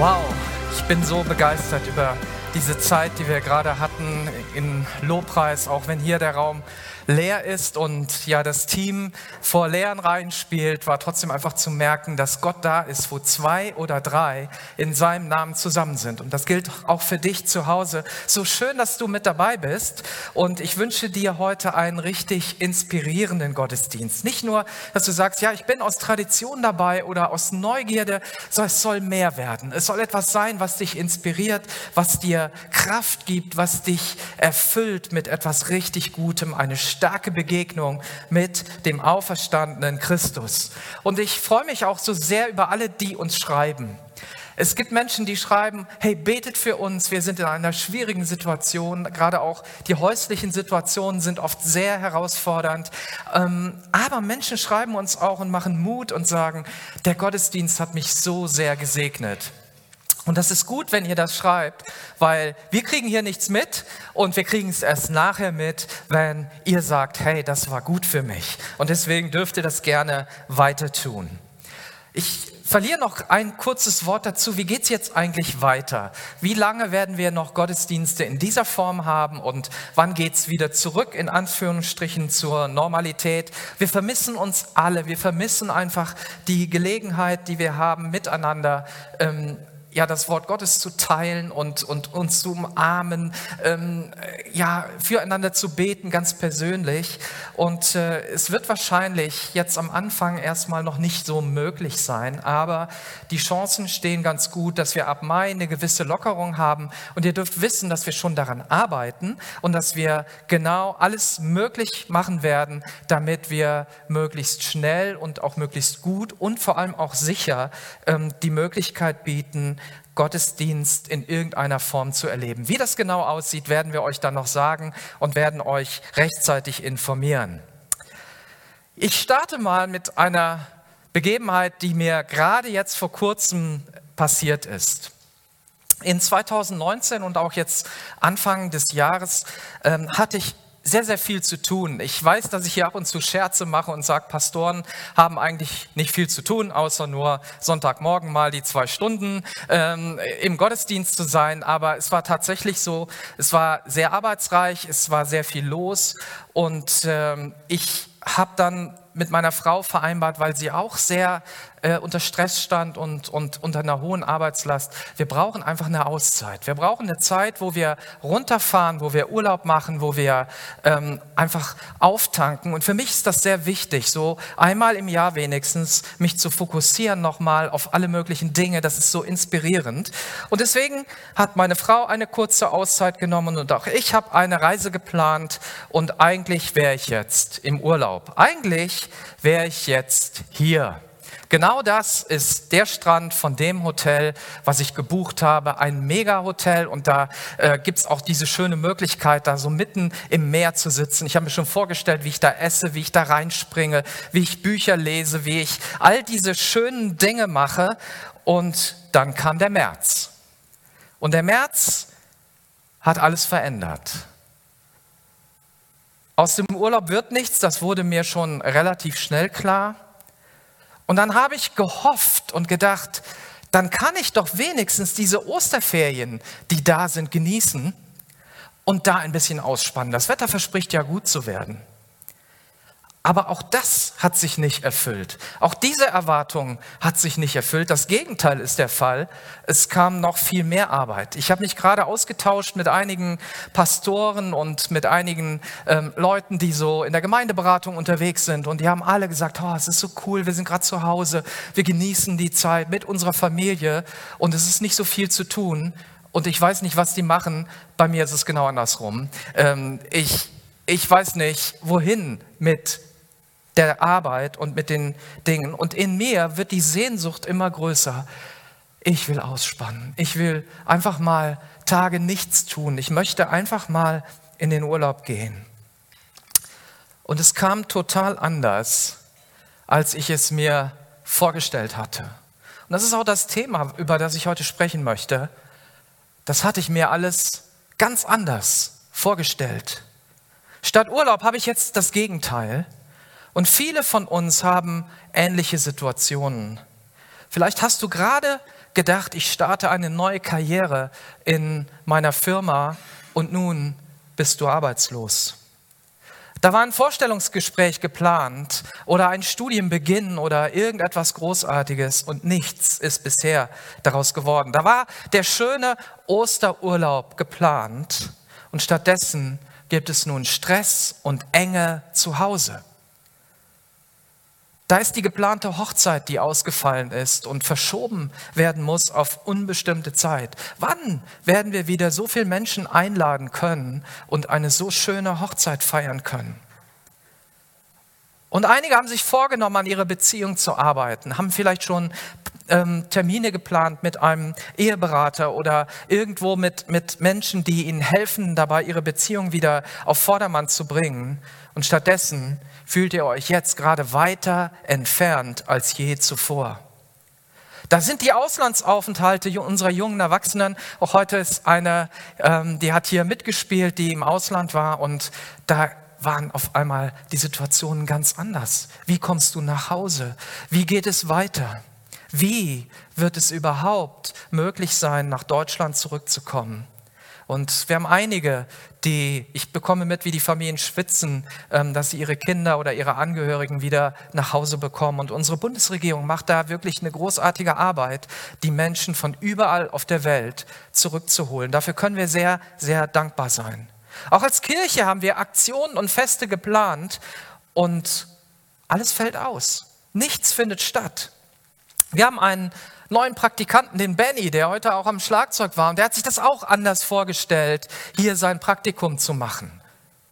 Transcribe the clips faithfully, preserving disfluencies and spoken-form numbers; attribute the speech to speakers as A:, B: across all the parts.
A: Wow, ich bin so begeistert über diese Zeit, die wir gerade hatten in Lobpreis, auch wenn hier der Raum leer ist und ja das Team vor leeren Reihen spielt, war trotzdem einfach zu merken, dass Gott da ist, wo zwei oder drei in seinem Namen zusammen sind. Und das gilt auch für dich zu Hause. So schön, dass du mit dabei bist, und ich wünsche dir heute einen richtig inspirierenden Gottesdienst. Nicht nur, dass du sagst, ja, ich bin aus Tradition dabei oder aus Neugierde, sondern es soll mehr werden. Es soll etwas sein, was dich inspiriert, was dir Kraft gibt, was dich erfüllt mit etwas richtig Gutem, eine starke Begegnung mit dem auferstandenen Christus. Und ich freue mich auch so sehr über alle, die uns schreiben. Es gibt Menschen, die schreiben, hey, betet für uns, wir sind in einer schwierigen Situation, gerade auch die häuslichen Situationen sind oft sehr herausfordernd, aber Menschen schreiben uns auch und machen Mut und sagen, der Gottesdienst hat mich so sehr gesegnet. Und das ist gut, wenn ihr das schreibt, weil wir kriegen hier nichts mit und wir kriegen es erst nachher mit, wenn ihr sagt, hey, das war gut für mich. Und deswegen dürft ihr das gerne weiter tun. Ich verliere noch ein kurzes Wort dazu. Wie geht es jetzt eigentlich weiter? Wie lange werden wir noch Gottesdienste in dieser Form haben und wann geht es wieder zurück, in Anführungsstrichen, zur Normalität? Wir vermissen uns alle. Wir vermissen einfach die Gelegenheit, die wir haben, miteinander ähm, ja, das Wort Gottes zu teilen und, und uns zu umarmen, ähm, ja, füreinander zu beten, ganz persönlich. Und äh, es wird wahrscheinlich jetzt am Anfang erstmal noch nicht so möglich sein, aber die Chancen stehen ganz gut, dass wir ab Mai eine gewisse Lockerung haben. Und ihr dürft wissen, dass wir schon daran arbeiten und dass wir genau alles möglich machen werden, damit wir möglichst schnell und auch möglichst gut und vor allem auch sicher ähm, die Möglichkeit bieten, Gottesdienst in irgendeiner Form zu erleben. Wie das genau aussieht, werden wir euch dann noch sagen und werden euch rechtzeitig informieren. Ich starte mal mit einer Begebenheit, die mir gerade jetzt vor kurzem passiert ist. In zweitausendneunzehn und auch jetzt Anfang des Jahres ähm, hatte ich sehr, sehr viel zu tun. Ich weiß, dass ich hier ab und zu Scherze mache und sage, Pastoren haben eigentlich nicht viel zu tun, außer nur Sonntagmorgen mal die zwei Stunden ähm, im Gottesdienst zu sein. Aber es war tatsächlich so, es war sehr arbeitsreich, es war sehr viel los und ähm, ich habe dann mit meiner Frau vereinbart, weil sie auch sehr äh, unter Stress stand und, und unter einer hohen Arbeitslast. Wir brauchen einfach eine Auszeit. Wir brauchen eine Zeit, wo wir runterfahren, wo wir Urlaub machen, wo wir ähm, einfach auftanken. Und für mich ist das sehr wichtig, so einmal im Jahr wenigstens mich zu fokussieren nochmal auf alle möglichen Dinge. Das ist so inspirierend. Und deswegen hat meine Frau eine kurze Auszeit genommen und auch ich habe eine Reise geplant und eigentlich wäre ich jetzt im Urlaub. Eigentlich wäre ich jetzt hier. Genau das ist der Strand von dem Hotel, was ich gebucht habe, ein Mega-Hotel, und da äh, gibt es auch diese schöne Möglichkeit, da so mitten im Meer zu sitzen. Ich habe mir schon vorgestellt, wie ich da esse, wie ich da reinspringe, wie ich Bücher lese, wie ich all diese schönen Dinge mache, und dann kam der März. Und der März hat alles verändert. Aus dem Urlaub wird nichts, das wurde mir schon relativ schnell klar. Und dann habe ich gehofft und gedacht, dann kann ich doch wenigstens diese Osterferien, die da sind, genießen und da ein bisschen ausspannen. Das Wetter verspricht ja gut zu werden. Aber auch das hat sich nicht erfüllt. Auch diese Erwartung hat sich nicht erfüllt. Das Gegenteil ist der Fall. Es kam noch viel mehr Arbeit. Ich habe mich gerade ausgetauscht mit einigen Pastoren und mit einigen ähm, Leuten, die so in der Gemeindeberatung unterwegs sind. Und die haben alle gesagt, oh, es ist so cool, wir sind gerade zu Hause, wir genießen die Zeit mit unserer Familie und es ist nicht so viel zu tun. Und ich weiß nicht, was die machen. Bei mir ist es genau andersrum. Ähm, ich, ich weiß nicht, wohin mit der Arbeit und mit den Dingen. Und in mir wird die Sehnsucht immer größer. Ich will ausspannen. Ich will einfach mal Tage nichts tun. Ich möchte einfach mal in den Urlaub gehen. Und es kam total anders, als ich es mir vorgestellt hatte. Und das ist auch das Thema, über das ich heute sprechen möchte. Das hatte ich mir alles ganz anders vorgestellt. Statt Urlaub habe ich jetzt das Gegenteil. Und viele von uns haben ähnliche Situationen. Vielleicht hast du gerade gedacht, ich starte eine neue Karriere in meiner Firma und nun bist du arbeitslos. Da war ein Vorstellungsgespräch geplant oder ein Studienbeginn oder irgendetwas Großartiges und nichts ist bisher daraus geworden. Da war der schöne Osterurlaub geplant und stattdessen gibt es nun Stress und Enge zu Hause. Da ist die geplante Hochzeit, die ausgefallen ist und verschoben werden muss auf unbestimmte Zeit. Wann werden wir wieder so viele Menschen einladen können und eine so schöne Hochzeit feiern können? Und einige haben sich vorgenommen, an ihrer Beziehung zu arbeiten, haben vielleicht schon ähm, Termine geplant mit einem Eheberater oder irgendwo mit, mit Menschen, die ihnen helfen, dabei ihre Beziehung wieder auf Vordermann zu bringen. Und stattdessen fühlt ihr euch jetzt gerade weiter entfernt als je zuvor. Da sind die Auslandsaufenthalte unserer jungen Erwachsenen. Auch heute ist eine, ähm, die hat hier mitgespielt, die im Ausland war, und da waren auf einmal die Situationen ganz anders. Wie kommst du nach Hause? Wie geht es weiter? Wie wird es überhaupt möglich sein, nach Deutschland zurückzukommen? Und wir haben einige, die, ich bekomme mit, wie die Familien schwitzen, dass sie ihre Kinder oder ihre Angehörigen wieder nach Hause bekommen. Und unsere Bundesregierung macht da wirklich eine großartige Arbeit, die Menschen von überall auf der Welt zurückzuholen. Dafür können wir sehr, sehr dankbar sein. Auch als Kirche haben wir Aktionen und Feste geplant und alles fällt aus. Nichts findet statt. Wir haben einen neuen Praktikanten, den Benny, der heute auch am Schlagzeug war, und der hat sich das auch anders vorgestellt, hier sein Praktikum zu machen.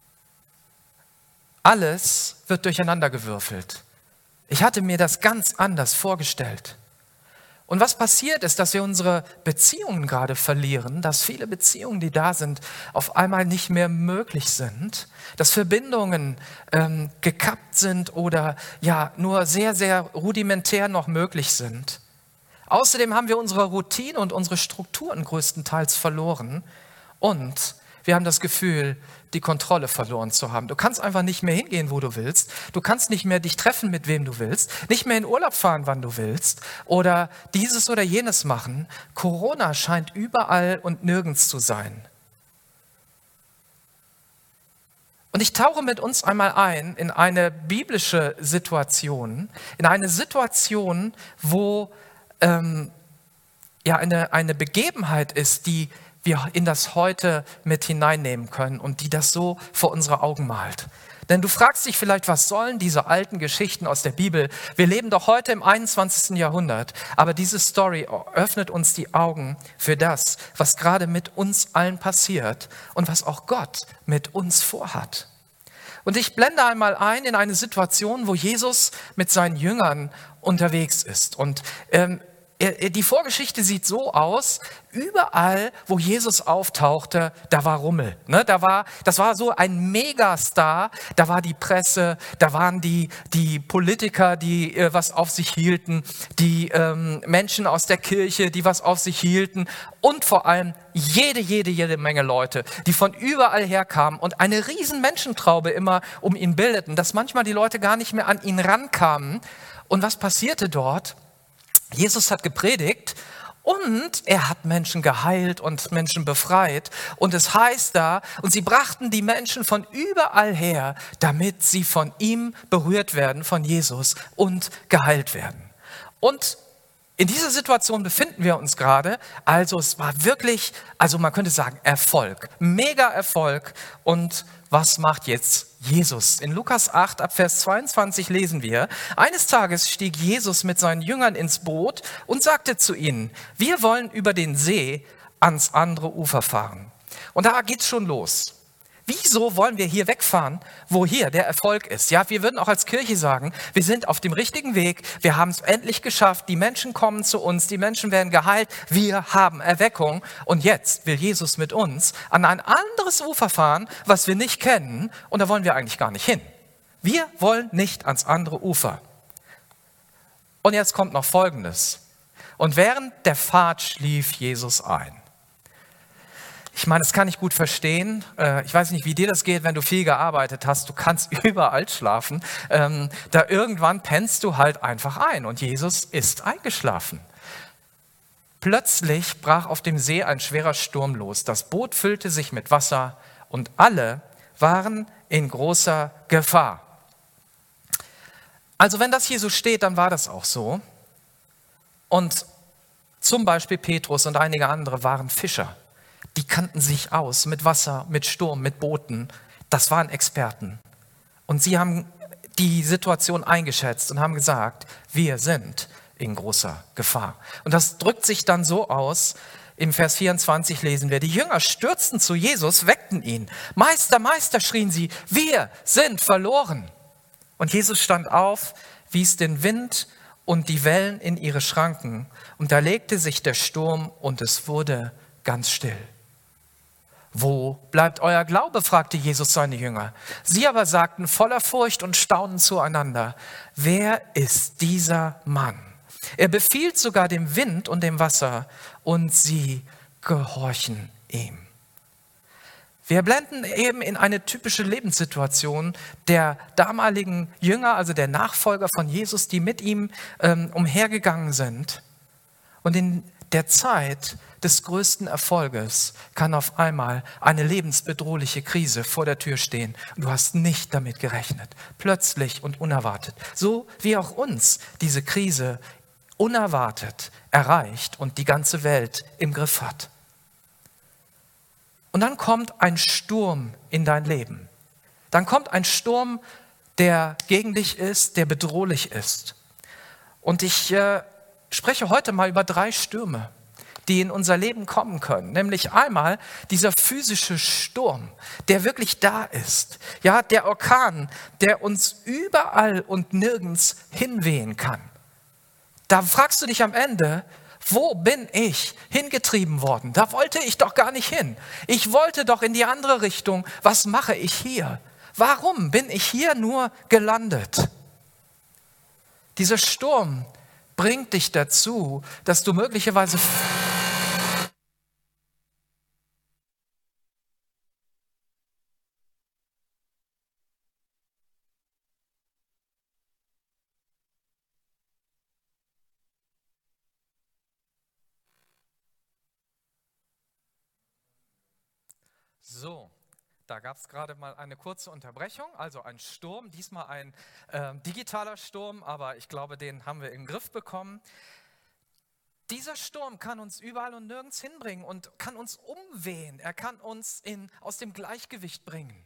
A: Alles wird durcheinandergewürfelt. Ich hatte mir das ganz anders vorgestellt. Und was passiert ist, dass wir unsere Beziehungen gerade verlieren, dass viele Beziehungen, die da sind, auf einmal nicht mehr möglich sind, dass Verbindungen ähm, gekappt sind oder ja nur sehr, sehr rudimentär noch möglich sind. Außerdem haben wir unsere Routine und unsere Strukturen größtenteils verloren und wir haben das Gefühl, die Kontrolle verloren zu haben. Du kannst einfach nicht mehr hingehen, wo du willst. Du kannst nicht mehr dich treffen, mit wem du willst. Nicht mehr in Urlaub fahren, wann du willst. Oder dieses oder jenes machen. Corona scheint überall und nirgends zu sein. Und ich tauche mit uns einmal ein in eine biblische Situation. In eine Situation, wo ähm, ja eine, eine Begebenheit ist, die wir in das Heute mit hineinnehmen können und die das so vor unsere Augen malt. Denn du fragst dich vielleicht, was sollen diese alten Geschichten aus der Bibel? Wir leben doch heute im einundzwanzigsten Jahrhundert, aber diese Story öffnet uns die Augen für das, was gerade mit uns allen passiert und was auch Gott mit uns vorhat. Und ich blende einmal ein in eine Situation, wo Jesus mit seinen Jüngern unterwegs ist. Und ähm, die Vorgeschichte sieht so aus, überall, wo Jesus auftauchte, da war Rummel. Ne? Da war, das war so ein Megastar, da war die Presse, da waren die, die Politiker, die äh, was auf sich hielten, die ähm, Menschen aus der Kirche, die was auf sich hielten und vor allem jede, jede, jede Menge Leute, die von überall herkamen und eine riesen Menschentraube immer um ihn bildeten, dass manchmal die Leute gar nicht mehr an ihn rankamen. Und was passierte dort? Jesus hat gepredigt und er hat Menschen geheilt und Menschen befreit. Und es heißt da, und sie brachten die Menschen von überall her, damit sie von ihm berührt werden, von Jesus, und geheilt werden. Und in dieser Situation befinden wir uns gerade. Also es war wirklich, also man könnte sagen, Erfolg, mega Erfolg. Und was macht jetzt Jesus? In Lukas acht, ab Vers zweiundzwanzig lesen wir: Eines Tages stieg Jesus mit seinen Jüngern ins Boot und sagte zu ihnen: Wir wollen über den See ans andere Ufer fahren. Und da geht's schon los. Wieso wollen wir hier wegfahren, wo hier der Erfolg ist? Ja, wir würden auch als Kirche sagen, wir sind auf dem richtigen Weg, wir haben es endlich geschafft, die Menschen kommen zu uns, die Menschen werden geheilt, wir haben Erweckung und jetzt will Jesus mit uns an ein anderes Ufer fahren, was wir nicht kennen, und da wollen wir eigentlich gar nicht hin. Wir wollen nicht ans andere Ufer. Und jetzt kommt noch Folgendes. Und während der Fahrt schlief Jesus ein. Ich meine, das kann ich gut verstehen. Ich weiß nicht, wie dir das geht, wenn du viel gearbeitet hast. Du kannst überall schlafen. Da irgendwann pennst du halt einfach ein und Jesus ist eingeschlafen. Plötzlich brach auf dem See ein schwerer Sturm los. Das Boot füllte sich mit Wasser und alle waren in großer Gefahr. Also wenn das hier so steht, dann war das auch so. Und zum Beispiel Petrus und einige andere waren Fischer. Die kannten sich aus mit Wasser, mit Sturm, mit Booten. Das waren Experten. Und sie haben die Situation eingeschätzt und haben gesagt, wir sind in großer Gefahr. Und das drückt sich dann so aus, im Vers vierundzwanzig lesen wir, die Jünger stürzten zu Jesus, weckten ihn. Meister, Meister, schrien sie, wir sind verloren. Und Jesus stand auf, wies den Wind und die Wellen in ihre Schranken. Und da legte sich der Sturm und es wurde ganz still. Wo bleibt euer Glaube? Fragte Jesus seine Jünger. Sie aber sagten voller Furcht und Staunen zueinander, wer ist dieser Mann? Er befiehlt sogar dem Wind und dem Wasser und sie gehorchen ihm. Wir blenden eben in eine typische Lebenssituation der damaligen Jünger, also der Nachfolger von Jesus, die mit ihm ähm, umhergegangen sind. Und in der Zeit des größten Erfolges kann auf einmal eine lebensbedrohliche Krise vor der Tür stehen. Und du hast nicht damit gerechnet, plötzlich und unerwartet. So wie auch uns diese Krise unerwartet erreicht und die ganze Welt im Griff hat. Und dann kommt ein Sturm in dein Leben. Dann kommt ein Sturm, der gegen dich ist, der bedrohlich ist. Und ich äh, spreche heute mal über drei Stürme, die in unser Leben kommen können. Nämlich einmal dieser physische Sturm, der wirklich da ist. Ja, der Orkan, der uns überall und nirgends hinwehen kann. Da fragst du dich am Ende, wo bin ich hingetrieben worden? Da wollte ich doch gar nicht hin. Ich wollte doch in die andere Richtung. Was mache ich hier? Warum bin ich hier nur gelandet? Dieser Sturm bringt dich dazu, dass du möglicherweise So, da gab es gerade mal eine kurze Unterbrechung, also ein Sturm, diesmal ein äh, digitaler Sturm, aber ich glaube, den haben wir in den Griff bekommen. Dieser Sturm kann uns überall und nirgends hinbringen und kann uns umwehen, er kann uns in, aus dem Gleichgewicht bringen.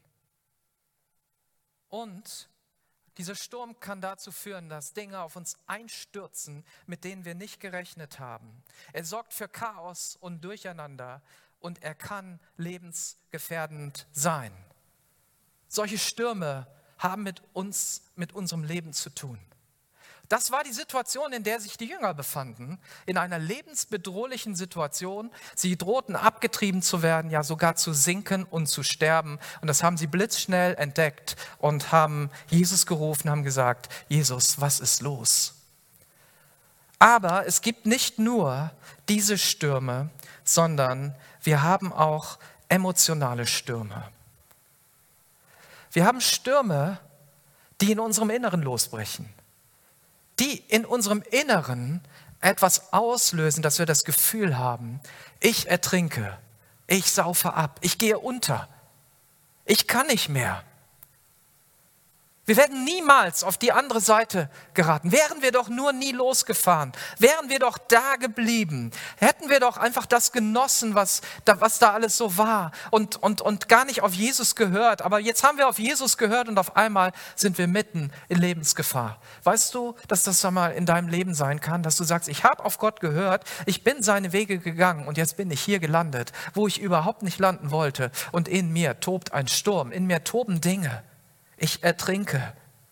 A: Und dieser Sturm kann dazu führen, dass Dinge auf uns einstürzen, mit denen wir nicht gerechnet haben. Er sorgt für Chaos und Durcheinander. Und er kann lebensgefährdend sein. Solche Stürme haben mit uns, mit unserem Leben zu tun. Das war die Situation, in der sich die Jünger befanden. In einer lebensbedrohlichen Situation. Sie drohten abgetrieben zu werden, ja sogar zu sinken und zu sterben. Und das haben sie blitzschnell entdeckt und haben Jesus gerufen, haben gesagt, Jesus, was ist los? Aber es gibt nicht nur diese Stürme, sondern wir haben auch emotionale Stürme. Wir haben Stürme, die in unserem Inneren losbrechen, die in unserem Inneren etwas auslösen, dass wir das Gefühl haben, ich ertrinke, ich saufe ab, ich gehe unter, ich kann nicht mehr. Wir werden niemals auf die andere Seite geraten. Wären wir doch nur nie losgefahren, wären wir doch da geblieben, hätten wir doch einfach das genossen, was da, was da alles so war und, und, und gar nicht auf Jesus gehört. Aber jetzt haben wir auf Jesus gehört und auf einmal sind wir mitten in Lebensgefahr. Weißt du, dass das einmal in deinem Leben sein kann, dass du sagst, ich habe auf Gott gehört, ich bin seine Wege gegangen und jetzt bin ich hier gelandet, wo ich überhaupt nicht landen wollte. Und in mir tobt ein Sturm, in mir toben Dinge. Ich ertrinke.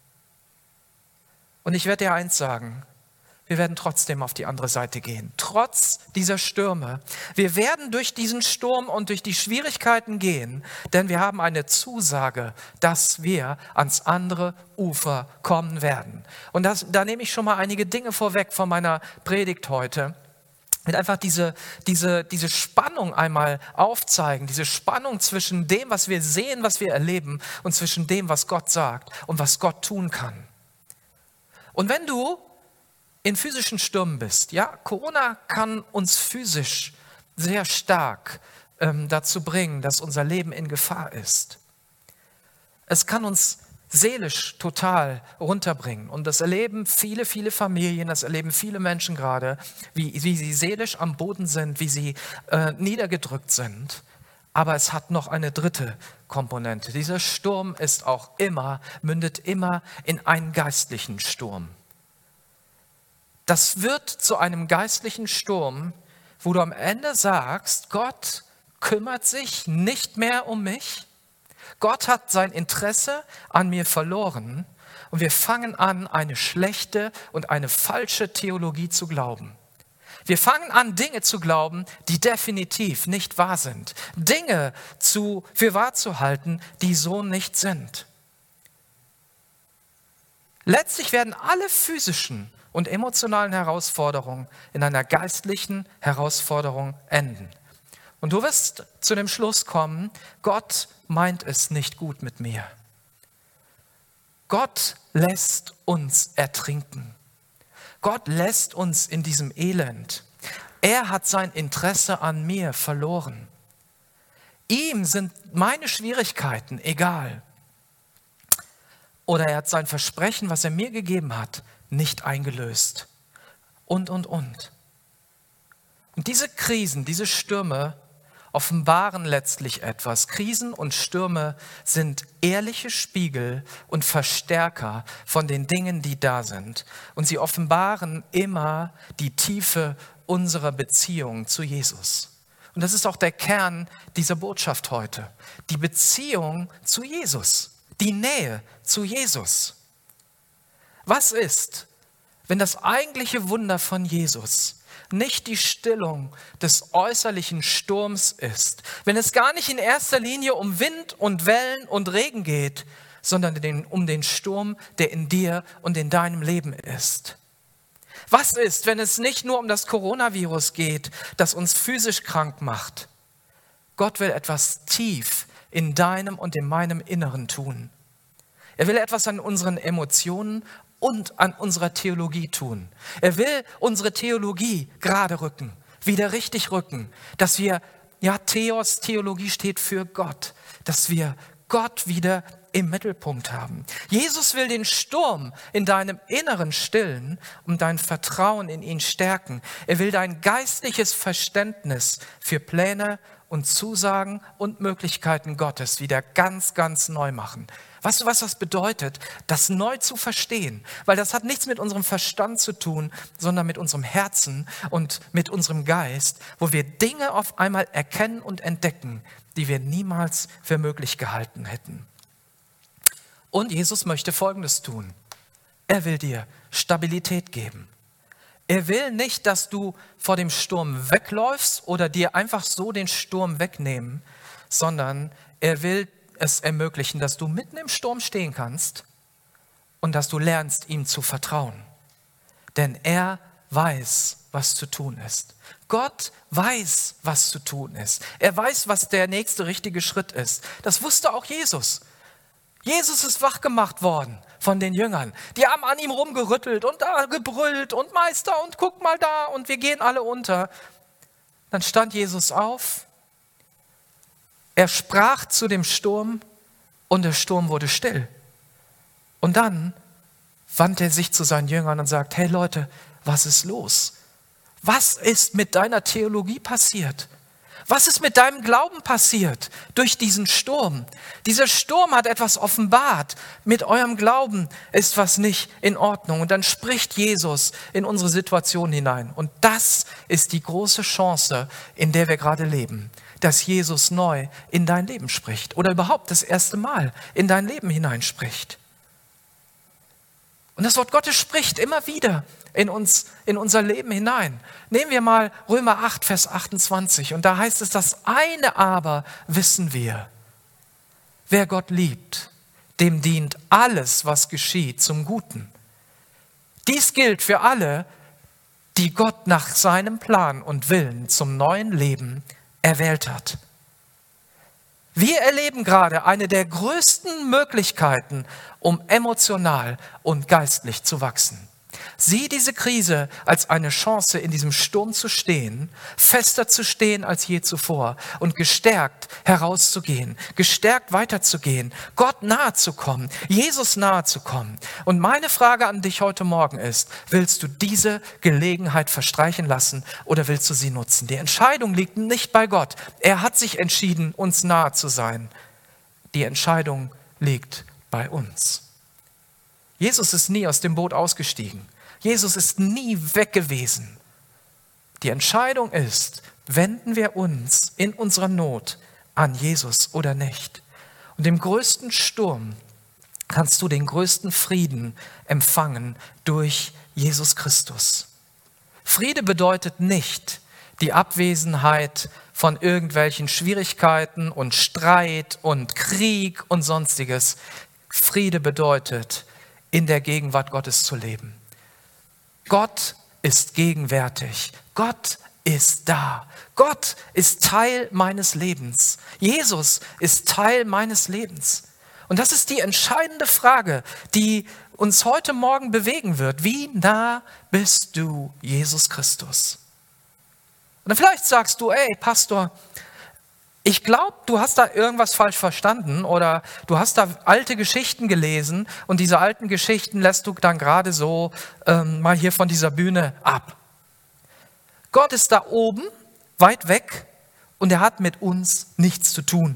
A: Und ich werde dir eins sagen, wir werden trotzdem auf die andere Seite gehen, trotz dieser Stürme. Wir werden durch diesen Sturm und durch die Schwierigkeiten gehen, denn wir haben eine Zusage, dass wir ans andere Ufer kommen werden. Und das, da nehme ich schon mal einige Dinge vorweg von meiner Predigt heute. Ich will einfach diese, diese, diese Spannung einmal aufzeigen, diese Spannung zwischen dem, was wir sehen, was wir erleben und zwischen dem, was Gott sagt und was Gott tun kann. Und wenn du in physischen Stürmen bist, ja, Corona kann uns physisch sehr stark ähm, dazu bringen, dass unser Leben in Gefahr ist. Es kann uns seelisch total runterbringen. Und das erleben viele, viele Familien, das erleben viele Menschen gerade, wie, wie sie seelisch am Boden sind, wie sie äh, niedergedrückt sind. Aber es hat noch eine dritte Komponente. Dieser Sturm ist auch immer, mündet immer in einen geistlichen Sturm. Das wird zu einem geistlichen Sturm, wo du am Ende sagst, Gott kümmert sich nicht mehr um mich. Gott hat sein Interesse an mir verloren und wir fangen an, eine schlechte und eine falsche Theologie zu glauben. Wir fangen an, Dinge zu glauben, die definitiv nicht wahr sind. Dinge zu, für wahr zu halten, die so nicht sind. Letztlich werden alle physischen und emotionalen Herausforderungen in einer geistlichen Herausforderung enden. Und du wirst zu dem Schluss kommen, Gott meint es nicht gut mit mir. Gott lässt uns ertrinken. Gott lässt uns in diesem Elend. Er hat sein Interesse an mir verloren. Ihm sind meine Schwierigkeiten egal. Oder er hat sein Versprechen, was er mir gegeben hat, nicht eingelöst. Und, und, und. Und diese Krisen, diese Stürme offenbaren letztlich etwas. Krisen und Stürme sind ehrliche Spiegel und Verstärker von den Dingen, die da sind. Und sie offenbaren immer die Tiefe unserer Beziehung zu Jesus. Und das ist auch der Kern dieser Botschaft heute. Die Beziehung zu Jesus, die Nähe zu Jesus. Was ist, wenn das eigentliche Wunder von Jesus nicht die Stillung des äußerlichen Sturms ist, wenn es gar nicht in erster Linie um Wind und Wellen und Regen geht, sondern den, um den Sturm, der in dir und in deinem Leben ist? Was ist, wenn es nicht nur um das Coronavirus geht, das uns physisch krank macht? Gott will etwas tief in deinem und in meinem Inneren tun. Er will etwas an unseren Emotionen und an unserer Theologie tun. Er will unsere Theologie gerade rücken, wieder richtig rücken, dass wir, ja, Theos, Theologie steht für Gott, dass wir Gott wieder im Mittelpunkt haben. Jesus will den Sturm in deinem Inneren stillen und dein Vertrauen in ihn stärken. Er will dein geistliches Verständnis für Pläne und Zusagen und Möglichkeiten Gottes wieder ganz, ganz neu machen. Weißt du, was das bedeutet? Das neu zu verstehen, weil das hat nichts mit unserem Verstand zu tun, sondern mit unserem Herzen und mit unserem Geist, wo wir Dinge auf einmal erkennen und entdecken, die wir niemals für möglich gehalten hätten. Und Jesus möchte Folgendes tun. Er will dir Stabilität geben. Er will nicht, dass du vor dem Sturm wegläufst oder dir einfach so den Sturm wegnehmen, sondern er will es ermöglichen, dass du mitten im Sturm stehen kannst und dass du lernst, ihm zu vertrauen. Denn er weiß, was zu tun ist. Gott weiß, was zu tun ist. Er weiß, was der nächste richtige Schritt ist. Das wusste auch Jesus. Jesus ist wachgemacht worden von den Jüngern. Die haben an ihm rumgerüttelt und da gebrüllt und Meister und guck mal da und wir gehen alle unter. Dann stand Jesus auf. Er sprach zu dem Sturm und der Sturm wurde still. Und dann wandte er sich zu seinen Jüngern und sagt, hey Leute, was ist los? Was ist mit deiner Theologie passiert? Was ist mit deinem Glauben passiert durch diesen Sturm? Dieser Sturm hat etwas offenbart. Mit eurem Glauben ist was nicht in Ordnung. Und dann spricht Jesus in unsere Situation hinein. Und das ist die große Chance, in der wir gerade leben. Dass Jesus neu in dein Leben spricht oder überhaupt das erste Mal in dein Leben hineinspricht. Und das Wort Gottes spricht immer wieder in uns, in unser Leben hinein. Nehmen wir mal Römer acht, Vers achtundzwanzig. Und da heißt es, das eine aber wissen wir. Wer Gott liebt, dem dient alles, was geschieht, zum Guten. Dies gilt für alle, die Gott nach seinem Plan und Willen zum neuen Leben erwählt hat. Wir erleben gerade eine der größten Möglichkeiten, um emotional und geistlich zu wachsen. Sieh diese Krise als eine Chance, in diesem Sturm zu stehen, fester zu stehen als je zuvor und gestärkt herauszugehen, gestärkt weiterzugehen, Gott nahe zu kommen, Jesus nahe zu kommen. Und meine Frage an dich heute Morgen ist, willst du diese Gelegenheit verstreichen lassen oder willst du sie nutzen? Die Entscheidung liegt nicht bei Gott. Er hat sich entschieden, uns nahe zu sein. Die Entscheidung liegt bei uns. Jesus ist nie aus dem Boot ausgestiegen. Jesus ist nie weg gewesen. Die Entscheidung ist, wenden wir uns in unserer Not an Jesus oder nicht. Und im größten Sturm kannst du den größten Frieden empfangen durch Jesus Christus. Friede bedeutet nicht die Abwesenheit von irgendwelchen Schwierigkeiten und Streit und Krieg und Sonstiges. Friede bedeutet, in der Gegenwart Gottes zu leben. Gott ist gegenwärtig. Gott ist da. Gott ist Teil meines Lebens. Jesus ist Teil meines Lebens. Und das ist die entscheidende Frage, die uns heute Morgen bewegen wird. Wie nah bist du Jesus Christus? Und dann vielleicht sagst du, ey Pastor, ich glaube, du hast da irgendwas falsch verstanden oder du hast da alte Geschichten gelesen und diese alten Geschichten lässt du dann gerade so ähm, mal hier von dieser Bühne ab. Gott ist da oben, weit weg und er hat mit uns nichts zu tun.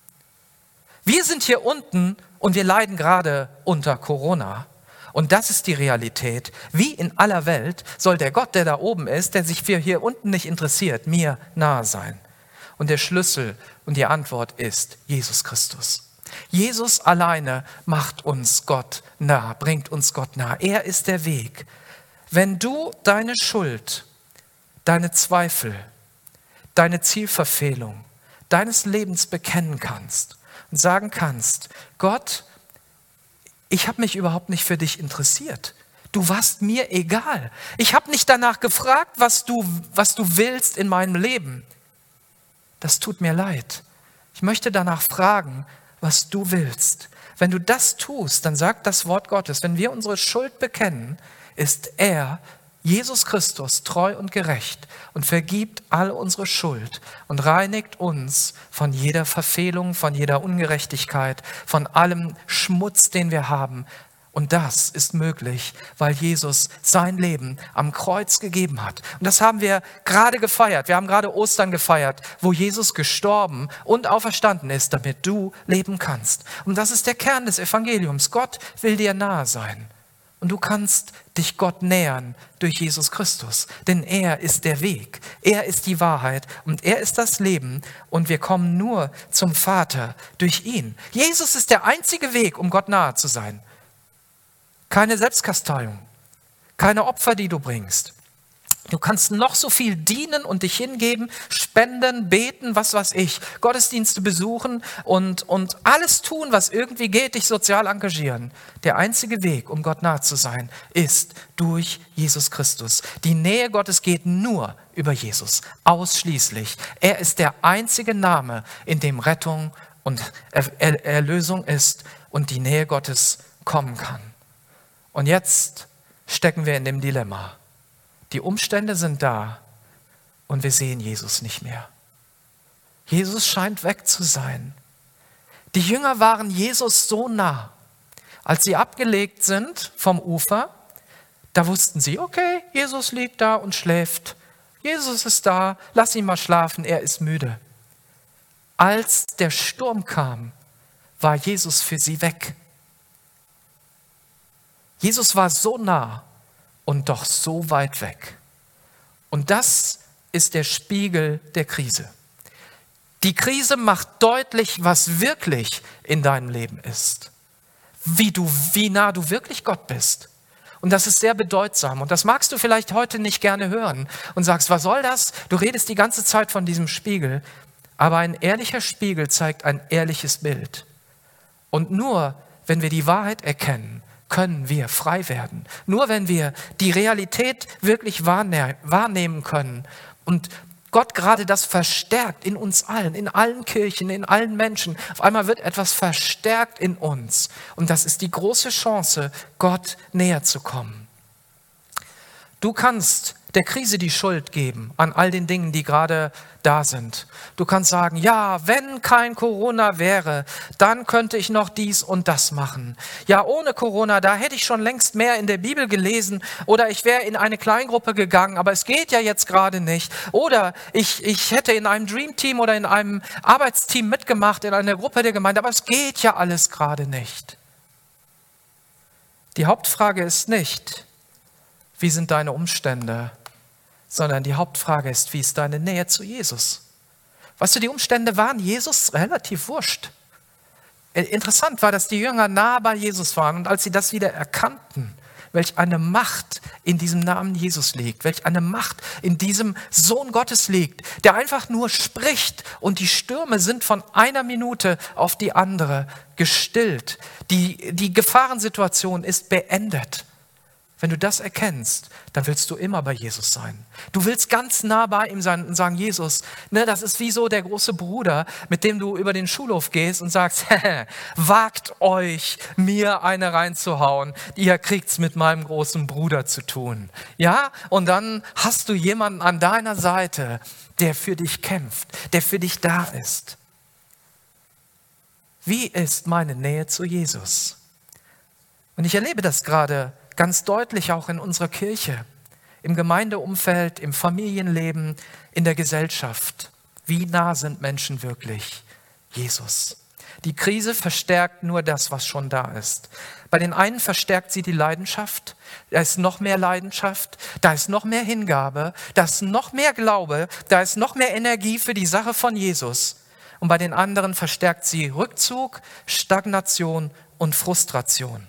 A: Wir sind hier unten und wir leiden gerade unter Corona. Und das ist die Realität. Wie in aller Welt soll der Gott, der da oben ist, der sich für hier unten nicht interessiert, mir nahe sein. Und der Schlüssel und die Antwort ist Jesus Christus. Jesus alleine macht uns Gott nah, bringt uns Gott nah. Er ist der Weg. Wenn du deine Schuld, deine Zweifel, deine Zielverfehlung deines Lebens bekennen kannst und sagen kannst, Gott, ich habe mich überhaupt nicht für dich interessiert. Du warst mir egal. Ich habe nicht danach gefragt, was du, was du willst in meinem Leben. Das tut mir leid. Ich möchte danach fragen, was du willst. Wenn du das tust, dann sagt das Wort Gottes, wenn wir unsere Schuld bekennen, ist er, Jesus Christus, treu und gerecht und vergibt all unsere Schuld und reinigt uns von jeder Verfehlung, von jeder Ungerechtigkeit, von allem Schmutz, den wir haben. Und das ist möglich, weil Jesus sein Leben am Kreuz gegeben hat. Und das haben wir gerade gefeiert. Wir haben gerade Ostern gefeiert, wo Jesus gestorben und auferstanden ist, damit du leben kannst. Und das ist der Kern des Evangeliums. Gott will dir nahe sein. Und du kannst dich Gott nähern durch Jesus Christus. Denn er ist der Weg. Er ist die Wahrheit und er ist das Leben. Und wir kommen nur zum Vater durch ihn. Jesus ist der einzige Weg, um Gott nahe zu sein. Keine Selbstkasteiung, keine Opfer, die du bringst. Du kannst noch so viel dienen und dich hingeben, spenden, beten, was weiß ich, Gottesdienste besuchen und, und alles tun, was irgendwie geht, dich sozial engagieren. Der einzige Weg, um Gott nahe zu sein, ist durch Jesus Christus. Die Nähe Gottes geht nur über Jesus, ausschließlich. Er ist der einzige Name, in dem Rettung und Erlösung ist und die Nähe Gottes kommen kann. Und jetzt stecken wir in dem Dilemma. Die Umstände sind da und wir sehen Jesus nicht mehr. Jesus scheint weg zu sein. Die Jünger waren Jesus so nah. Als sie abgelegt sind vom Ufer, da wussten sie, okay, Jesus liegt da und schläft. Jesus ist da, lass ihn mal schlafen, er ist müde. Als der Sturm kam, war Jesus für sie weg. Jesus war so nah und doch so weit weg. Und das ist der Spiegel der Krise. Die Krise macht deutlich, was wirklich in deinem Leben ist. Wie du, wie nah du wirklich Gott bist. Und das ist sehr bedeutsam. Und das magst du vielleicht heute nicht gerne hören und sagst, was soll das? Du redest die ganze Zeit von diesem Spiegel. Aber ein ehrlicher Spiegel zeigt ein ehrliches Bild. Und nur, wenn wir die Wahrheit erkennen, können wir frei werden. Nur wenn wir die Realität wirklich wahrnehmen können und Gott gerade das verstärkt in uns allen, in allen Kirchen, in allen Menschen. Auf einmal wird etwas verstärkt in uns. Und das ist die große Chance, Gott näher zu kommen. Du kannst der Krise die Schuld geben an all den Dingen, die gerade da sind. Du kannst sagen, ja, wenn kein Corona wäre, dann könnte ich noch dies und das machen. Ja, ohne Corona, da hätte ich schon längst mehr in der Bibel gelesen oder ich wäre in eine Kleingruppe gegangen, aber es geht ja jetzt gerade nicht. Oder ich, ich hätte in einem Dream Team oder in einem Arbeitsteam mitgemacht, in einer Gruppe der Gemeinde, aber es geht ja alles gerade nicht. Die Hauptfrage ist nicht, wie sind deine Umstände, sondern die Hauptfrage ist, wie ist deine Nähe zu Jesus? Weißt du, die Umstände waren Jesus relativ wurscht. Interessant war, dass die Jünger nah bei Jesus waren und als sie das wieder erkannten, welch eine Macht in diesem Namen Jesus liegt, welch eine Macht in diesem Sohn Gottes liegt, der einfach nur spricht und die Stürme sind von einer Minute auf die andere gestillt. Die, die Gefahrensituation ist beendet. Wenn du das erkennst, dann willst du immer bei Jesus sein. Du willst ganz nah bei ihm sein und sagen, Jesus, ne, das ist wie so der große Bruder, mit dem du über den Schulhof gehst und sagst, wagt euch, mir eine reinzuhauen. Ihr kriegt's mit meinem großen Bruder zu tun. Ja, und dann hast du jemanden an deiner Seite, der für dich kämpft, der für dich da ist. Wie ist meine Nähe zu Jesus? Und ich erlebe das gerade ganz deutlich auch in unserer Kirche, im Gemeindeumfeld, im Familienleben, in der Gesellschaft. Wie nah sind Menschen wirklich Jesus? Die Krise verstärkt nur das, was schon da ist. Bei den einen verstärkt sie die Leidenschaft, da ist noch mehr Leidenschaft, da ist noch mehr Hingabe, da ist noch mehr Glaube, da ist noch mehr Energie für die Sache von Jesus. Und bei den anderen verstärkt sie Rückzug, Stagnation und Frustration.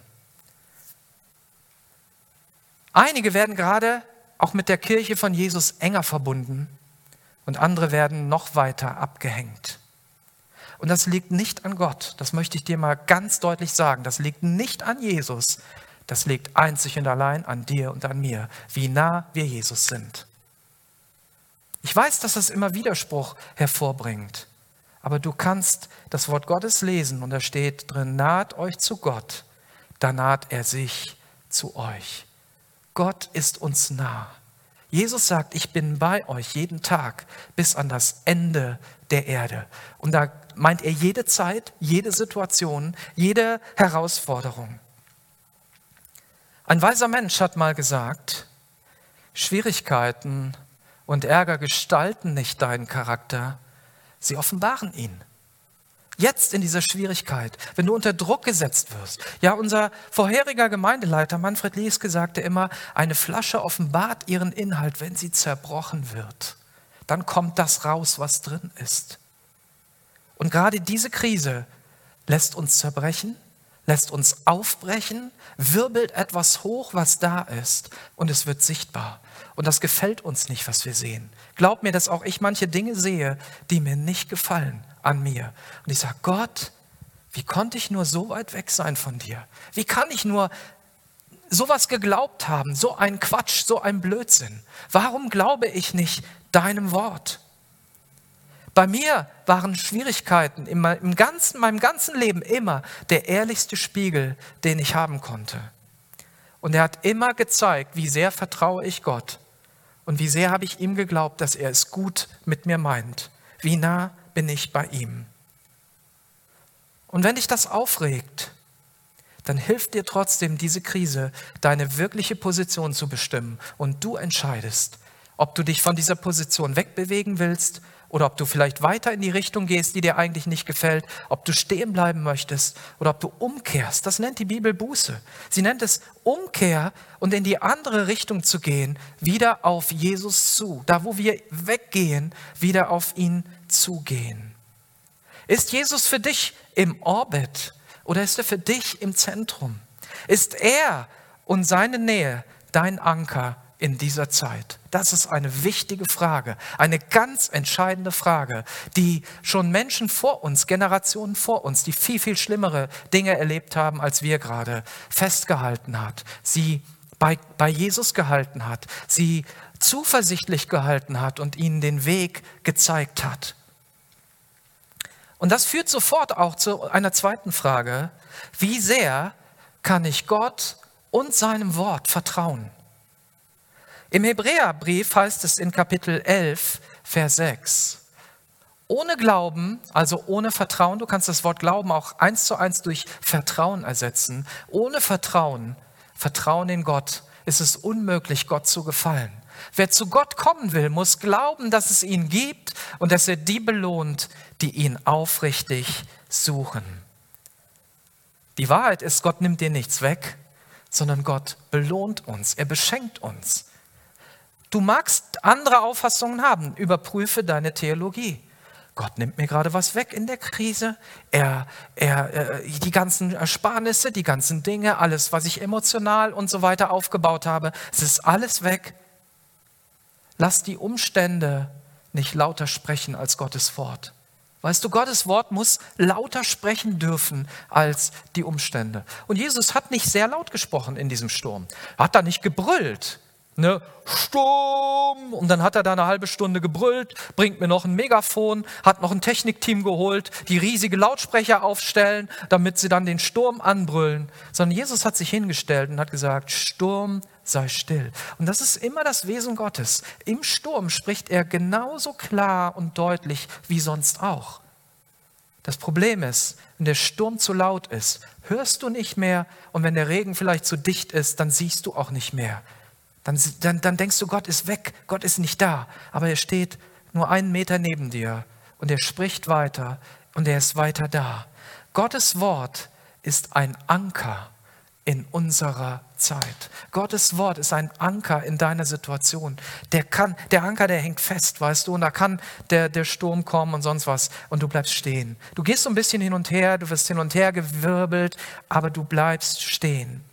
A: Einige werden gerade auch mit der Kirche von Jesus enger verbunden und andere werden noch weiter abgehängt. Und das liegt nicht an Gott, das möchte ich dir mal ganz deutlich sagen. Das liegt nicht an Jesus, das liegt einzig und allein an dir und an mir, wie nah wir Jesus sind. Ich weiß, dass das immer Widerspruch hervorbringt, aber du kannst das Wort Gottes lesen und da steht drin, naht euch zu Gott, da naht er sich zu euch. Gott ist uns nah. Jesus sagt, ich bin bei euch jeden Tag bis an das Ende der Erde. Und da meint er jede Zeit, jede Situation, jede Herausforderung. Ein weiser Mensch hat mal gesagt, Schwierigkeiten und Ärger gestalten nicht deinen Charakter, sie offenbaren ihn. Jetzt in dieser Schwierigkeit, wenn du unter Druck gesetzt wirst. Ja, unser vorheriger Gemeindeleiter Manfred Lieske sagte immer, eine Flasche offenbart ihren Inhalt, wenn sie zerbrochen wird. Dann kommt das raus, was drin ist. Und gerade diese Krise lässt uns zerbrechen, lässt uns aufbrechen, wirbelt etwas hoch, was da ist und es wird sichtbar. Und das gefällt uns nicht, was wir sehen. Glaub mir, dass auch ich manche Dinge sehe, die mir nicht gefallen an mir. Und ich sage, Gott, wie konnte ich nur so weit weg sein von dir? Wie kann ich nur sowas geglaubt haben? So ein Quatsch, so ein Blödsinn. Warum glaube ich nicht deinem Wort? Bei mir waren Schwierigkeiten in meinem ganzen, meinem ganzen Leben immer der ehrlichste Spiegel, den ich haben konnte. Und er hat immer gezeigt, wie sehr vertraue ich Gott und wie sehr habe ich ihm geglaubt, dass er es gut mit mir meint. Wie nah bin ich bei ihm. Und wenn dich das aufregt, dann hilft dir trotzdem diese Krise, deine wirkliche Position zu bestimmen. Und du entscheidest, ob du dich von dieser Position wegbewegen willst oder ob du vielleicht weiter in die Richtung gehst, die dir eigentlich nicht gefällt, ob du stehen bleiben möchtest oder ob du umkehrst. Das nennt die Bibel Buße. Sie nennt es Umkehr und in die andere Richtung zu gehen, wieder auf Jesus zu. Da, wo wir weggehen, wieder auf ihn zugehen. Ist Jesus für dich im Orbit oder ist er für dich im Zentrum? Ist er und seine Nähe dein Anker in dieser Zeit? Das ist eine wichtige Frage, eine ganz entscheidende Frage, die schon Menschen vor uns, Generationen vor uns, die viel, viel schlimmere Dinge erlebt haben, als wir gerade, festgehalten hat, sie bei, bei Jesus gehalten hat, sie zuversichtlich gehalten hat und ihnen den Weg gezeigt hat. Und das führt sofort auch zu einer zweiten Frage, wie sehr kann ich Gott und seinem Wort vertrauen? Im Hebräerbrief heißt es in Kapitel elf, Vers sechs, ohne Glauben, also ohne Vertrauen, du kannst das Wort Glauben auch eins zu eins durch Vertrauen ersetzen. Ohne Vertrauen, Vertrauen in Gott, ist es unmöglich, Gott zu gefallen. Wer zu Gott kommen will, muss glauben, dass es ihn gibt und dass er die belohnt, die ihn aufrichtig suchen. Die Wahrheit ist, Gott nimmt dir nichts weg, sondern Gott belohnt uns, er beschenkt uns. Du magst andere Auffassungen haben, überprüfe deine Theologie. Gott nimmt mir gerade was weg in der Krise. Er, er, die ganzen Ersparnisse, die ganzen Dinge, alles, was ich emotional und so weiter aufgebaut habe, es ist alles weg. Lass die Umstände nicht lauter sprechen als Gottes Wort. Weißt du, Gottes Wort muss lauter sprechen dürfen als die Umstände. Und Jesus hat nicht sehr laut gesprochen in diesem Sturm. Er hat da nicht gebrüllt. Ne? Sturm! Und dann hat er da eine halbe Stunde gebrüllt, bringt mir noch ein Megafon, hat noch ein Technikteam geholt, die riesige Lautsprecher aufstellen, damit sie dann den Sturm anbrüllen. Sondern Jesus hat sich hingestellt und hat gesagt, Sturm, sei still. Und das ist immer das Wesen Gottes. Im Sturm spricht er genauso klar und deutlich wie sonst auch. Das Problem ist, wenn der Sturm zu laut ist, hörst du nicht mehr, und wenn der Regen vielleicht zu dicht ist, dann siehst du auch nicht mehr. Dann, dann, dann denkst du, Gott ist weg, Gott ist nicht da, aber er steht nur einen Meter neben dir und er spricht weiter und er ist weiter da. Gottes Wort ist ein Anker in unserer Zeit. Gottes Wort ist ein Anker in deiner Situation. Der, kann, der Anker, der hängt fest, weißt du, und da kann der, der Sturm kommen und sonst was und du bleibst stehen. Du gehst so ein bisschen hin und her, du wirst hin und her gewirbelt, aber du bleibst stehen.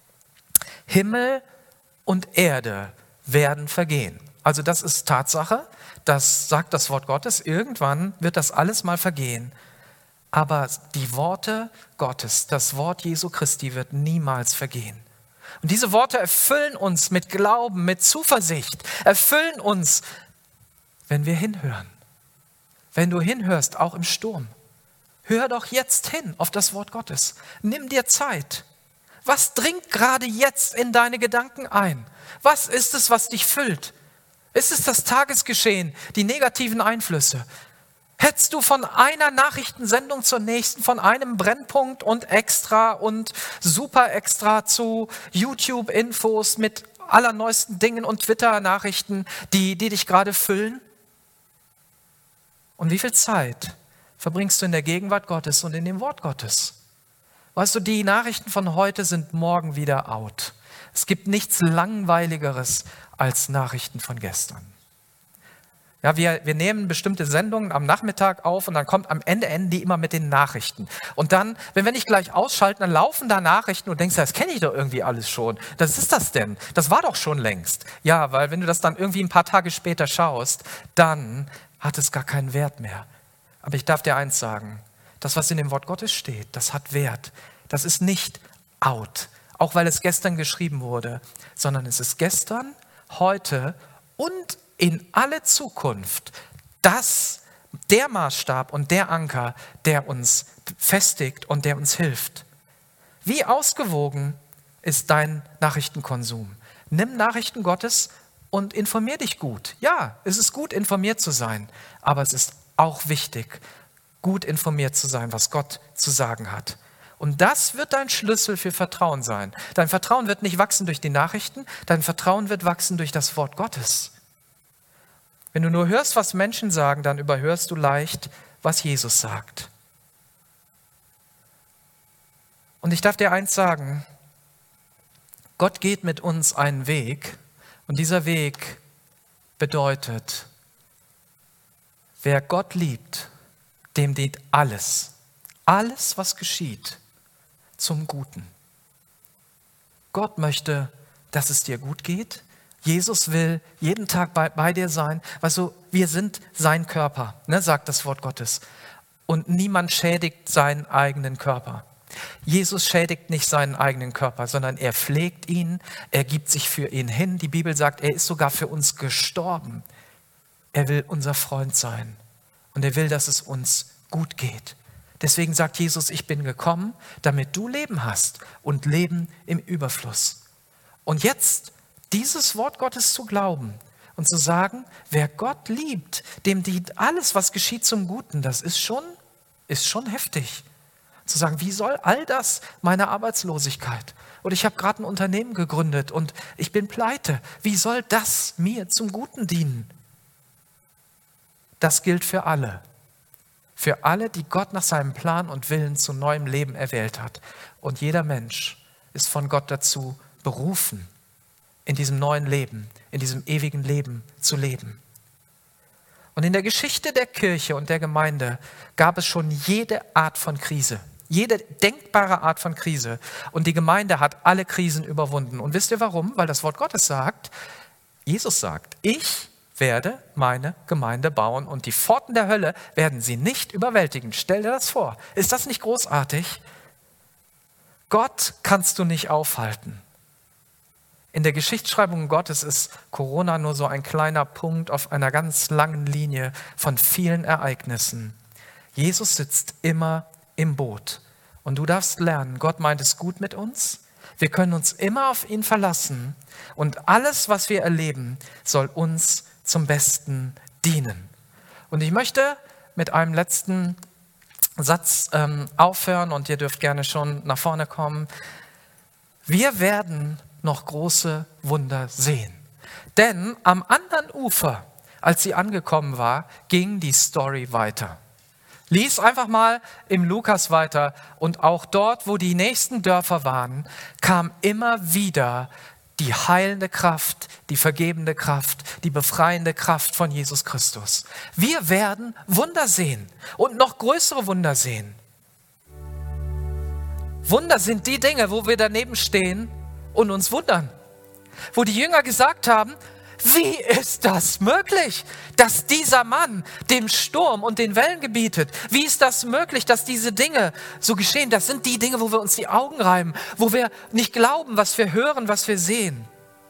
A: Himmel und Erde werden vergehen. Also das ist Tatsache, das sagt das Wort Gottes. Irgendwann wird das alles mal vergehen. Aber die Worte Gottes, das Wort Jesu Christi wird niemals vergehen. Und diese Worte erfüllen uns mit Glauben, mit Zuversicht, erfüllen uns, wenn wir hinhören. Wenn du hinhörst, auch im Sturm. Hör doch jetzt hin auf das Wort Gottes. Nimm dir Zeit. Was dringt gerade jetzt in deine Gedanken ein? Was ist es, was dich füllt? Ist es das Tagesgeschehen, die negativen Einflüsse? Hetzt du von einer Nachrichtensendung zur nächsten, von einem Brennpunkt und extra und super extra zu YouTube-Infos mit allerneuesten Dingen und Twitter-Nachrichten, die, die dich gerade füllen? Und wie viel Zeit verbringst du in der Gegenwart Gottes und in dem Wort Gottes? Weißt du, die Nachrichten von heute sind morgen wieder out. Es gibt nichts Langweiligeres als Nachrichten von gestern. Ja, wir, wir nehmen bestimmte Sendungen am Nachmittag auf und dann kommt am Ende enden die immer mit den Nachrichten. Und dann, wenn wir nicht gleich ausschalten, dann laufen da Nachrichten und denkst, das kenne ich doch irgendwie alles schon. Was ist das denn? Das war doch schon längst. Ja, weil wenn du das dann irgendwie ein paar Tage später schaust, dann hat es gar keinen Wert mehr. Aber ich darf dir eins sagen, das, was in dem Wort Gottes steht, das hat Wert. Das ist nicht out, auch weil es gestern geschrieben wurde, sondern es ist gestern, heute und in alle Zukunft das, der Maßstab und der Anker, der uns festigt und der uns hilft. Wie ausgewogen ist dein Nachrichtenkonsum? Nimm Nachrichten Gottes und informier dich gut. Ja, es ist gut, informiert zu sein, aber es ist auch wichtig, gut informiert zu sein, was Gott zu sagen hat. Und das wird dein Schlüssel für Vertrauen sein. Dein Vertrauen wird nicht wachsen durch die Nachrichten, dein Vertrauen wird wachsen durch das Wort Gottes. Wenn du nur hörst, was Menschen sagen, dann überhörst du leicht, was Jesus sagt. Und ich darf dir eins sagen, Gott geht mit uns einen Weg und dieser Weg bedeutet, wer Gott liebt, dem dient alles, alles, was geschieht, zum Guten. Gott möchte, dass es dir gut geht. Jesus will jeden Tag bei, bei dir sein. Weißt du, wir sind sein Körper, ne, sagt das Wort Gottes. Und niemand schädigt seinen eigenen Körper. Jesus schädigt nicht seinen eigenen Körper, sondern er pflegt ihn, er gibt sich für ihn hin. Die Bibel sagt, er ist sogar für uns gestorben. Er will unser Freund sein und er will, dass es uns gut geht. Deswegen sagt Jesus, ich bin gekommen, damit du Leben hast und Leben im Überfluss. Und jetzt dieses Wort Gottes zu glauben und zu sagen, wer Gott liebt, dem dient alles, was geschieht, zum Guten, das ist schon, ist schon heftig. Zu sagen, wie soll all das, meine Arbeitslosigkeit, oder ich habe gerade ein Unternehmen gegründet und ich bin pleite, wie soll das mir zum Guten dienen? Das gilt für alle. Für alle, die Gott nach seinem Plan und Willen zu neuem Leben erwählt hat. Und jeder Mensch ist von Gott dazu berufen, in diesem neuen Leben, in diesem ewigen Leben zu leben. Und in der Geschichte der Kirche und der Gemeinde gab es schon jede Art von Krise. Jede denkbare Art von Krise. Und die Gemeinde hat alle Krisen überwunden. Und wisst ihr warum? Weil das Wort Gottes sagt, Jesus sagt, ich werde meine Gemeinde bauen und die Pforten der Hölle werden sie nicht überwältigen. Stell dir das vor. Ist das nicht großartig? Gott kannst du nicht aufhalten. In der Geschichtsschreibung Gottes ist Corona nur so ein kleiner Punkt auf einer ganz langen Linie von vielen Ereignissen. Jesus sitzt immer im Boot. Und du darfst lernen, Gott meint es gut mit uns. Wir können uns immer auf ihn verlassen. Und alles, was wir erleben, soll uns zum Besten dienen. Und ich möchte mit einem letzten Satz ähm, aufhören und ihr dürft gerne schon nach vorne kommen. Wir werden noch große Wunder sehen. Denn am anderen Ufer, als sie angekommen war, ging die Story weiter. Lies einfach mal im Lukas weiter und auch dort, wo die nächsten Dörfer waren, kam immer wieder die heilende Kraft, die vergebende Kraft, die befreiende Kraft von Jesus Christus. Wir werden Wunder sehen und noch größere Wunder sehen. Wunder sind die Dinge, wo wir daneben stehen und uns wundern. Wo die Jünger gesagt haben, wie ist das möglich, dass dieser Mann dem Sturm und den Wellen gebietet? Wie ist das möglich, dass diese Dinge so geschehen? Das sind die Dinge, wo wir uns die Augen reiben, wo wir nicht glauben, was wir hören, was wir sehen.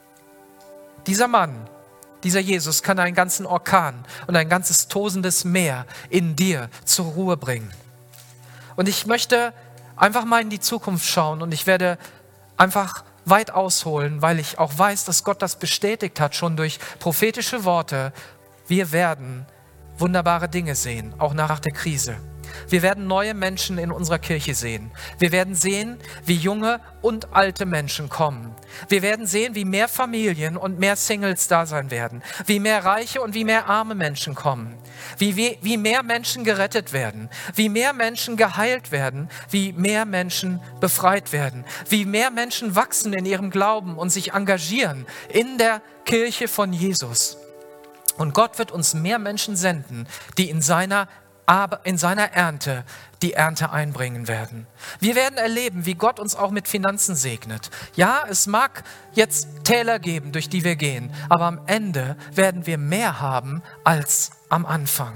A: Dieser Mann, dieser Jesus kann einen ganzen Orkan und ein ganzes tosendes Meer in dir zur Ruhe bringen. Und ich möchte einfach mal in die Zukunft schauen und ich werde einfach weit ausholen, weil ich auch weiß, dass Gott das bestätigt hat, schon durch prophetische Worte. Wir werden wunderbare Dinge sehen, auch nach der Krise. Wir werden neue Menschen in unserer Kirche sehen. Wir werden sehen, wie junge und alte Menschen kommen. Wir werden sehen, wie mehr Familien und mehr Singles da sein werden. Wie mehr reiche und wie mehr arme Menschen kommen. Wie, wie, wie mehr Menschen gerettet werden. Wie mehr Menschen geheilt werden. Wie mehr Menschen befreit werden. Wie mehr Menschen wachsen in ihrem Glauben und sich engagieren in der Kirche von Jesus. Und Gott wird uns mehr Menschen senden, die in seiner aber in seiner Ernte die Ernte einbringen werden. Wir werden erleben, wie Gott uns auch mit Finanzen segnet. Ja, es mag jetzt Täler geben, durch die wir gehen, aber am Ende werden wir mehr haben als am Anfang.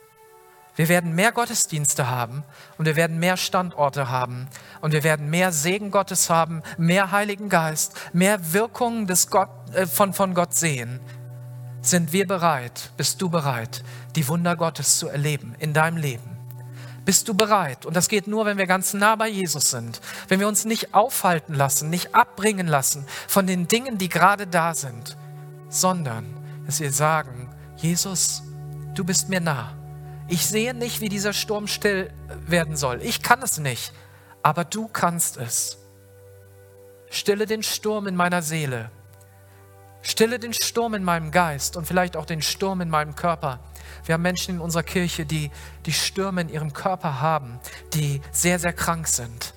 A: Wir werden mehr Gottesdienste haben und wir werden mehr Standorte haben und wir werden mehr Segen Gottes haben, mehr Heiligen Geist, mehr Wirkungen des Gott, äh, von, von Gott sehen. Sind wir bereit, bist du bereit, die Wunder Gottes zu erleben in deinem Leben? Bist du bereit? Und das geht nur, wenn wir ganz nah bei Jesus sind. Wenn wir uns nicht aufhalten lassen, nicht abbringen lassen von den Dingen, die gerade da sind, sondern dass wir sagen, Jesus, du bist mir nah. Ich sehe nicht, wie dieser Sturm still werden soll. Ich kann es nicht, aber du kannst es. Stille den Sturm in meiner Seele. Stille den Sturm in meinem Geist und vielleicht auch den Sturm in meinem Körper. Wir haben Menschen in unserer Kirche, die die Stürme in ihrem Körper haben, die sehr, sehr krank sind.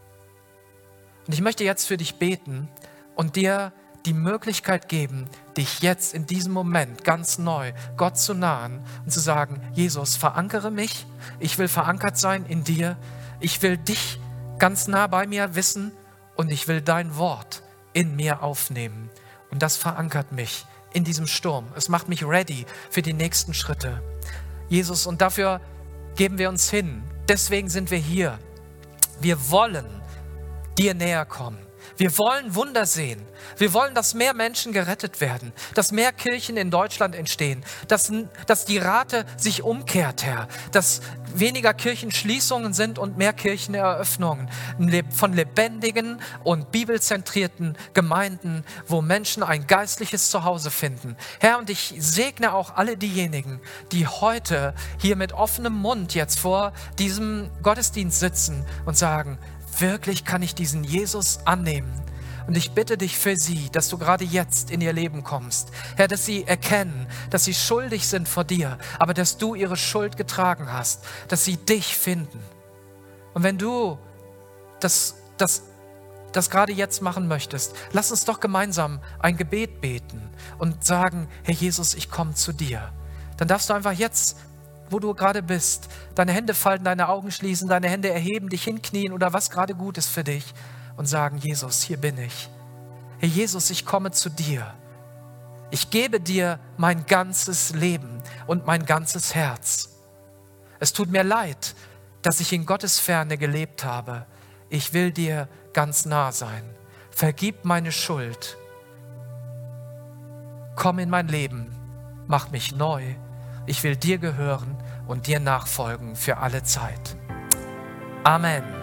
A: Und ich möchte jetzt für dich beten und dir die Möglichkeit geben, dich jetzt in diesem Moment ganz neu Gott zu nahen und zu sagen, Jesus, verankere mich, ich will verankert sein in dir, ich will dich ganz nah bei mir wissen und ich will dein Wort in mir aufnehmen. Und das verankert mich in diesem Sturm. Es macht mich ready für die nächsten Schritte. Jesus, und dafür geben wir uns hin. Deswegen sind wir hier. Wir wollen dir näher kommen. Wir wollen Wunder sehen. Wir wollen, dass mehr Menschen gerettet werden, dass mehr Kirchen in Deutschland entstehen, dass, dass die Rate sich umkehrt, Herr, dass weniger Kirchenschließungen sind und mehr Kircheneröffnungen von lebendigen und bibelzentrierten Gemeinden, wo Menschen ein geistliches Zuhause finden. Herr, und ich segne auch alle diejenigen, die heute hier mit offenem Mund jetzt vor diesem Gottesdienst sitzen und sagen, wirklich kann ich diesen Jesus annehmen. Und ich bitte dich für sie, dass du gerade jetzt in ihr Leben kommst. Herr, dass sie erkennen, dass sie schuldig sind vor dir, aber dass du ihre Schuld getragen hast, dass sie dich finden. Und wenn du das, das, das gerade jetzt machen möchtest, lass uns doch gemeinsam ein Gebet beten und sagen, Herr Jesus, ich komme zu dir. Dann darfst du einfach jetzt, wo du gerade bist, deine Hände falten, deine Augen schließen, deine Hände erheben, dich hinknien oder was gerade gut ist für dich und sagen, Jesus, hier bin ich. Herr Jesus, ich komme zu dir. Ich gebe dir mein ganzes Leben und mein ganzes Herz. Es tut mir leid, dass ich in Gottes Ferne gelebt habe. Ich will dir ganz nah sein. Vergib meine Schuld. Komm in mein Leben, mach mich neu. Ich will dir gehören und dir nachfolgen für alle Zeit. Amen.